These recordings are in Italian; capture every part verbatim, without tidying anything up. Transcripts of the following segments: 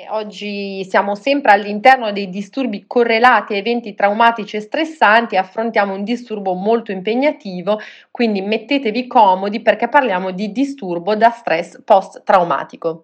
E oggi siamo sempre all'interno dei disturbi correlati a eventi traumatici e stressanti, affrontiamo un disturbo molto impegnativo, quindi mettetevi comodi perché parliamo di disturbo da stress post-traumatico.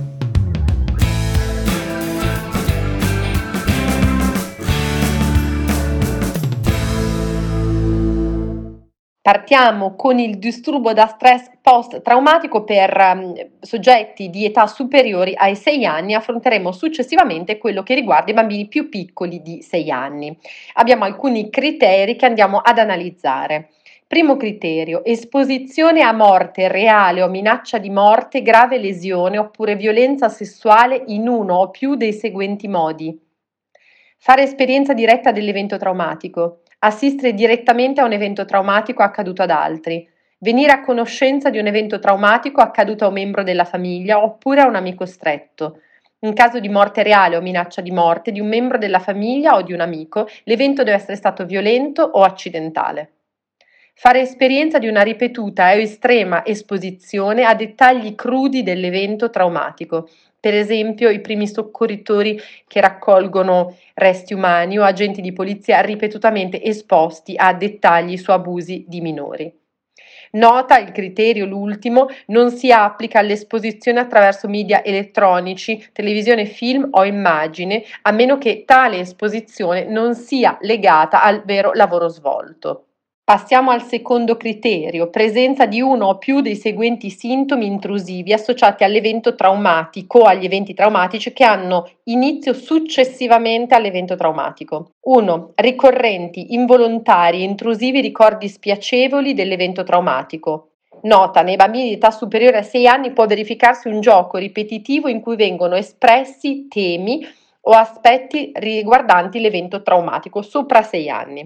Partiamo con il disturbo da stress post-traumatico per um, soggetti di età superiori ai sei anni, affronteremo successivamente quello che riguarda i bambini più piccoli di sei anni. Abbiamo alcuni criteri che andiamo ad analizzare. Primo criterio, esposizione a morte reale o minaccia di morte, grave lesione oppure violenza sessuale in uno o più dei seguenti modi. Fare esperienza diretta dell'evento traumatico, assistere direttamente a un evento traumatico accaduto ad altri, venire a conoscenza di un evento traumatico accaduto a un membro della famiglia oppure a un amico stretto. In caso di morte reale o minaccia di morte di un membro della famiglia o di un amico, l'evento deve essere stato violento o accidentale. Fare esperienza di una ripetuta o estrema esposizione a dettagli crudi dell'evento traumatico, per esempio i primi soccorritori che raccolgono resti umani o agenti di polizia ripetutamente esposti a dettagli su abusi di minori. Nota il criterio, l'ultimo, non si applica all'esposizione attraverso media elettronici, televisione, film o immagine, a meno che tale esposizione non sia legata al vero lavoro svolto. Passiamo al secondo criterio, presenza di uno o più dei seguenti sintomi intrusivi associati all'evento traumatico o agli eventi traumatici che hanno inizio successivamente all'evento traumatico. uno. Ricorrenti, involontari e intrusivi ricordi spiacevoli dell'evento traumatico. Nota, nei bambini di età superiore a sei anni può verificarsi un gioco ripetitivo in cui vengono espressi temi o aspetti riguardanti l'evento traumatico sopra sei anni.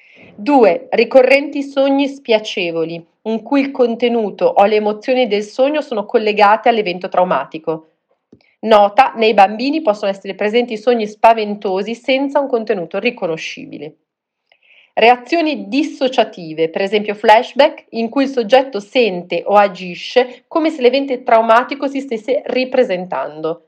due. Ricorrenti sogni spiacevoli, in cui il contenuto o le emozioni del sogno sono collegate all'evento traumatico. Nota, nei bambini possono essere presenti sogni spaventosi senza un contenuto riconoscibile. Reazioni dissociative, per esempio flashback, in cui il soggetto sente o agisce come se l'evento traumatico si stesse ripresentando.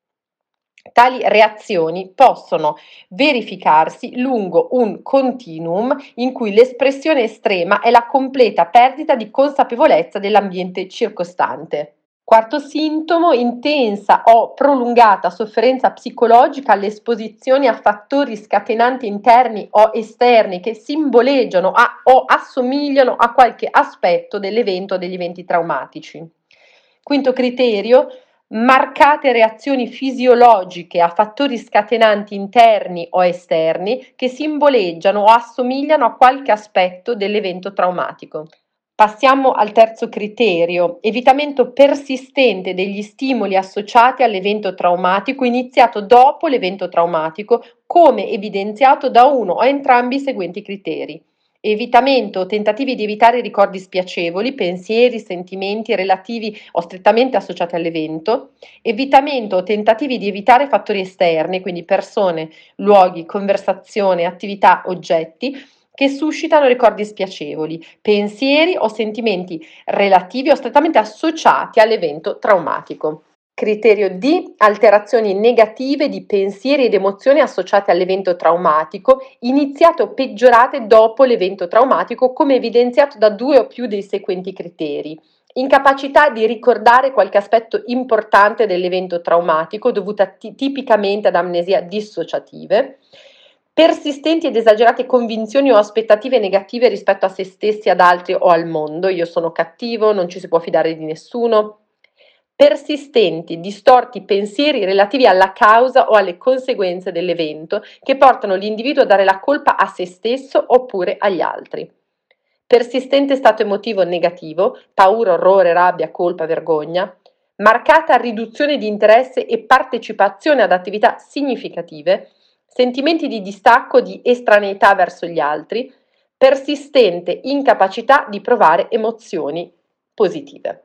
Tali reazioni possono verificarsi lungo un continuum in cui l'espressione estrema è la completa perdita di consapevolezza dell'ambiente circostante. Quarto sintomo, intensa o prolungata sofferenza psicologica all'esposizione a fattori scatenanti interni o esterni che simboleggiano a, o assomigliano a qualche aspetto dell'evento o degli eventi traumatici. Quinto criterio, marcate reazioni fisiologiche a fattori scatenanti interni o esterni che simboleggiano o assomigliano a qualche aspetto dell'evento traumatico. Passiamo al terzo criterio, evitamento persistente degli stimoli associati all'evento traumatico iniziato dopo l'evento traumatico, come evidenziato da uno o entrambi i seguenti criteri. Evitamento o tentativi di evitare ricordi spiacevoli, pensieri, sentimenti relativi o strettamente associati all'evento. Evitamento o tentativi di evitare fattori esterni, quindi persone, luoghi, conversazione, attività, oggetti, che suscitano ricordi spiacevoli, pensieri o sentimenti relativi o strettamente associati all'evento traumatico. Criterio D, alterazioni negative di pensieri ed emozioni associate all'evento traumatico, iniziate o peggiorate dopo l'evento traumatico, come evidenziato da due o più dei seguenti criteri. Incapacità di ricordare qualche aspetto importante dell'evento traumatico, dovuta t- tipicamente ad amnesia dissociative. Persistenti ed esagerate convinzioni o aspettative negative rispetto a se stessi, ad altri o al mondo. Io sono cattivo, non ci si può fidare di nessuno. Persistenti, distorti pensieri relativi alla causa o alle conseguenze dell'evento che portano l'individuo a dare la colpa a se stesso oppure agli altri. Persistente stato emotivo negativo, paura, orrore, rabbia, colpa, vergogna. Marcata riduzione di interesse e partecipazione ad attività significative. Sentimenti di distacco, di estraneità verso gli altri. Persistente incapacità di provare emozioni positive.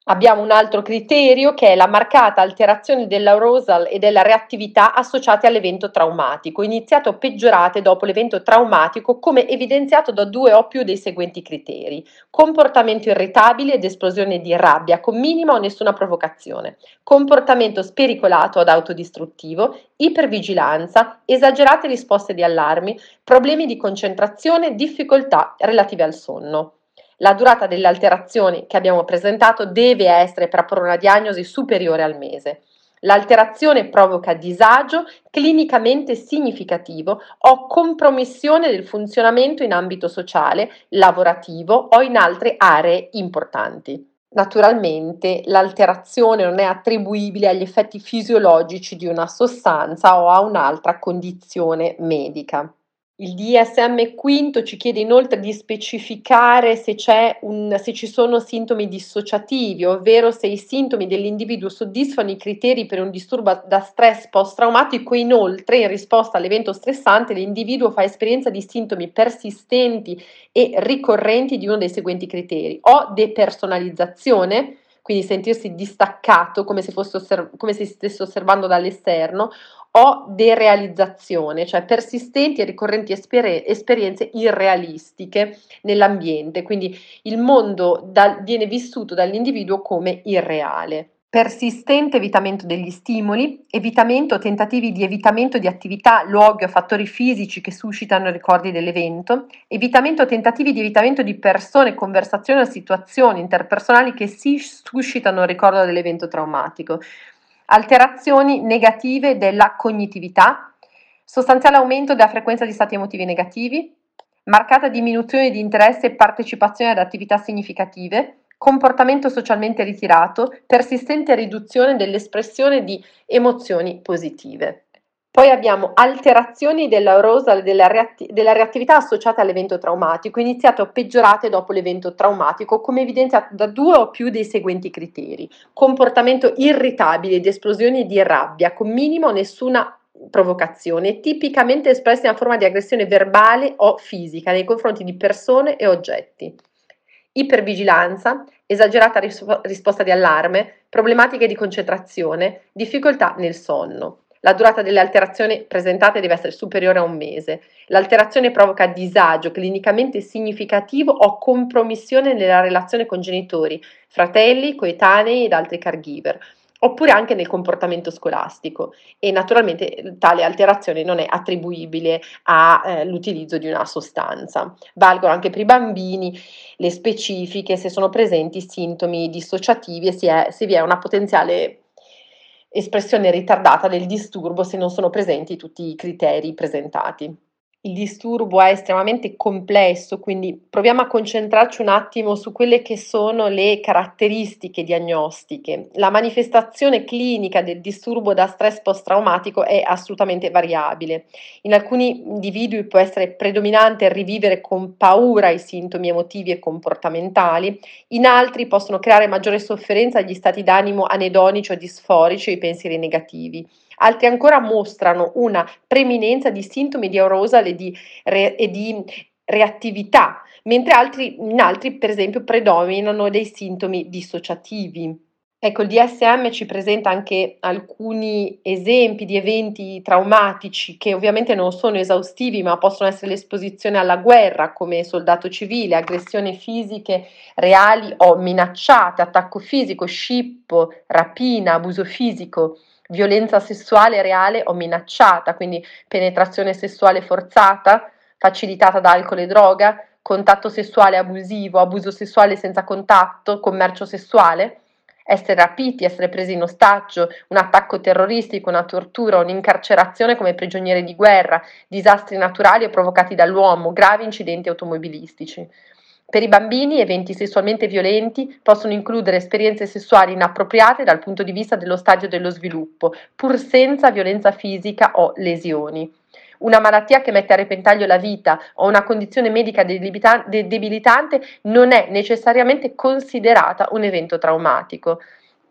Abbiamo un altro criterio che è la marcata alterazione dell'arousal e della reattività associate all'evento traumatico, iniziate o peggiorate dopo l'evento traumatico, come evidenziato da due o più dei seguenti criteri: comportamento irritabile ed esplosione di rabbia con minima o nessuna provocazione, comportamento spericolato ad autodistruttivo, ipervigilanza, esagerate risposte di allarmi, problemi di concentrazione, difficoltà relative al sonno. La durata delle alterazioni che abbiamo presentato deve essere per apporre una diagnosi superiore al mese. L'alterazione provoca disagio clinicamente significativo o compromissione del funzionamento in ambito sociale, lavorativo o in altre aree importanti. Naturalmente l'alterazione non è attribuibile agli effetti fisiologici di una sostanza o a un'altra condizione medica. Il D S M quinto ci chiede inoltre di specificare se c'è un se ci sono sintomi dissociativi, ovvero se i sintomi dell'individuo soddisfano i criteri per un disturbo da stress post-traumatico. Inoltre, in risposta all'evento stressante, l'individuo fa esperienza di sintomi persistenti e ricorrenti di uno dei seguenti criteri: o depersonalizzazione, quindi sentirsi distaccato come se fosse osserv- come se stesse osservando dall'esterno, o derealizzazione, cioè persistenti e ricorrenti esperi- esperienze irrealistiche nell'ambiente, quindi il mondo da- viene vissuto dall'individuo come irreale. Persistente evitamento degli stimoli, evitamento o tentativi di evitamento di attività, luoghi o fattori fisici che suscitano ricordi dell'evento, evitamento o tentativi di evitamento di persone, conversazioni o situazioni interpersonali che si suscitano il ricordo dell'evento traumatico, alterazioni negative della cognitività, sostanziale aumento della frequenza di stati emotivi negativi, marcata diminuzione di interesse e partecipazione ad attività significative, comportamento socialmente ritirato, persistente riduzione dell'espressione di emozioni positive. Poi abbiamo alterazioni dell'arousal e della, reatti- della reattività associate all'evento traumatico, iniziate o peggiorate dopo l'evento traumatico, come evidenziato da due o più dei seguenti criteri: comportamento irritabile di esplosioni di rabbia con minima o nessuna provocazione, tipicamente espressa in forma di aggressione verbale o fisica nei confronti di persone e oggetti. Ipervigilanza, esagerata ris- risposta di allarme, problematiche di concentrazione, difficoltà nel sonno. La durata delle alterazioni presentate deve essere superiore a un mese. L'alterazione provoca disagio clinicamente significativo o compromissione nella relazione con genitori, fratelli, coetanei ed altri caregiver, oppure anche nel comportamento scolastico, e naturalmente tale alterazione non è attribuibile all'utilizzo di una sostanza. Valgono anche per i bambini le specifiche se sono presenti sintomi dissociativi e se, è, se vi è una potenziale espressione ritardata del disturbo se non sono presenti tutti i criteri presentati. Il disturbo è estremamente complesso, quindi proviamo a concentrarci un attimo su quelle che sono le caratteristiche diagnostiche. La manifestazione clinica del disturbo da stress post-traumatico è assolutamente variabile. In alcuni individui può essere predominante rivivere con paura i sintomi emotivi e comportamentali, in altri possono creare maggiore sofferenza gli stati d'animo anedonici o disforici o i pensieri negativi. Altri ancora mostrano una preminenza di sintomi di arousal e di, re- e di reattività, mentre altri, in altri, per esempio, predominano dei sintomi dissociativi. Ecco, il D S M ci presenta anche alcuni esempi di eventi traumatici che ovviamente non sono esaustivi, ma possono essere l'esposizione alla guerra come soldato civile, aggressioni fisiche reali o minacciate, attacco fisico, scippo, rapina, abuso fisico, violenza sessuale reale o minacciata, quindi penetrazione sessuale forzata, facilitata da alcol e droga, contatto sessuale abusivo, abuso sessuale senza contatto, commercio sessuale, essere rapiti, essere presi in ostaggio, un attacco terroristico, una tortura, un'incarcerazione come prigionieri di guerra, disastri naturali o provocati dall'uomo, gravi incidenti automobilistici. Per i bambini, eventi sessualmente violenti possono includere esperienze sessuali inappropriate dal punto di vista dello stadio dello sviluppo, pur senza violenza fisica o lesioni. Una malattia che mette a repentaglio la vita o una condizione medica debilita- de- debilitante non è necessariamente considerata un evento traumatico.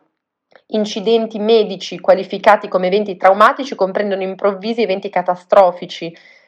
Incidenti medici qualificati come eventi traumatici comprendono improvvisi eventi catastrofici,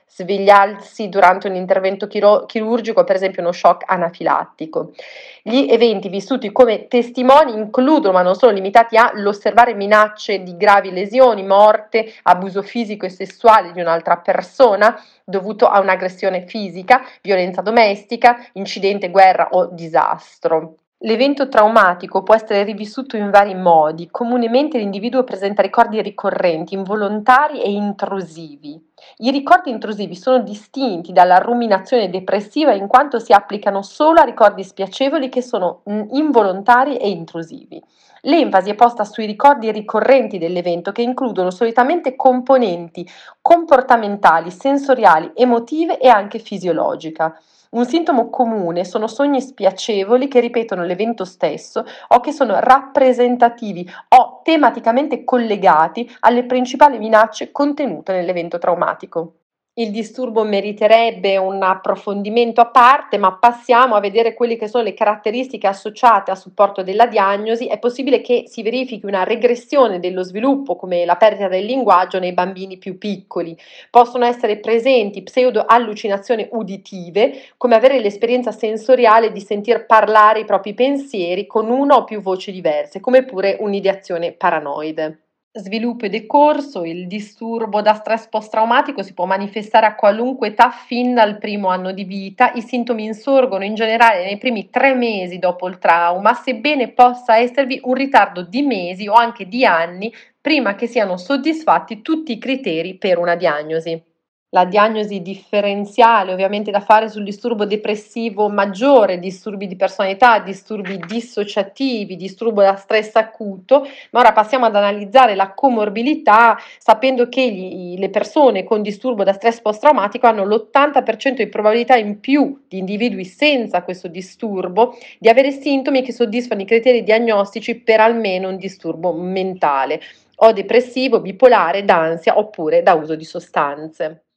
svegliarsi durante un intervento chiro- chirurgico, per esempio uno shock anafilattico. Gli eventi vissuti come testimoni includono, ma non sono limitati a, l'osservare minacce di gravi lesioni, morte, abuso fisico e sessuale di un'altra persona dovuto a un'aggressione fisica, violenza domestica, incidente, guerra o disastro. L'evento traumatico può essere rivissuto in vari modi. Comunemente l'individuo presenta ricordi ricorrenti, involontari e intrusivi. I ricordi intrusivi sono distinti dalla ruminazione depressiva in quanto si applicano solo a ricordi spiacevoli che sono mm, involontari e intrusivi. L'enfasi è posta sui ricordi ricorrenti dell'evento che includono solitamente componenti comportamentali, sensoriali, emotive e anche fisiologica. Un sintomo comune sono sogni spiacevoli che ripetono l'evento stesso o che sono rappresentativi o tematicamente collegati alle principali minacce contenute nell'evento traumatico. Il disturbo meriterebbe un approfondimento a parte, ma passiamo a vedere quelle che sono le caratteristiche associate a supporto della diagnosi. È possibile che si verifichi una regressione dello sviluppo, come la perdita del linguaggio nei bambini più piccoli. Possono essere presenti pseudo-allucinazioni uditive, come avere l'esperienza sensoriale di sentir parlare i propri pensieri con una o più voci diverse, come pure un'ideazione paranoide. Sviluppo e decorso, il disturbo da stress post-traumatico si può manifestare a qualunque età fin dal primo anno di vita. I sintomi insorgono in generale nei primi tre mesi dopo il trauma, sebbene possa esservi un ritardo di mesi o anche di anni prima che siano soddisfatti tutti i criteri per una diagnosi. La diagnosi differenziale ovviamente da fare sul disturbo depressivo maggiore, disturbi di personalità, disturbi dissociativi, disturbo da stress acuto, ma ora passiamo ad analizzare la comorbilità sapendo che gli- le persone con disturbo da stress post-traumatico hanno l'ottanta per cento di probabilità in più di individui senza questo disturbo di avere sintomi che soddisfano i criteri diagnostici per almeno un disturbo mentale o depressivo, bipolare, d'ansia oppure da uso di sostanze.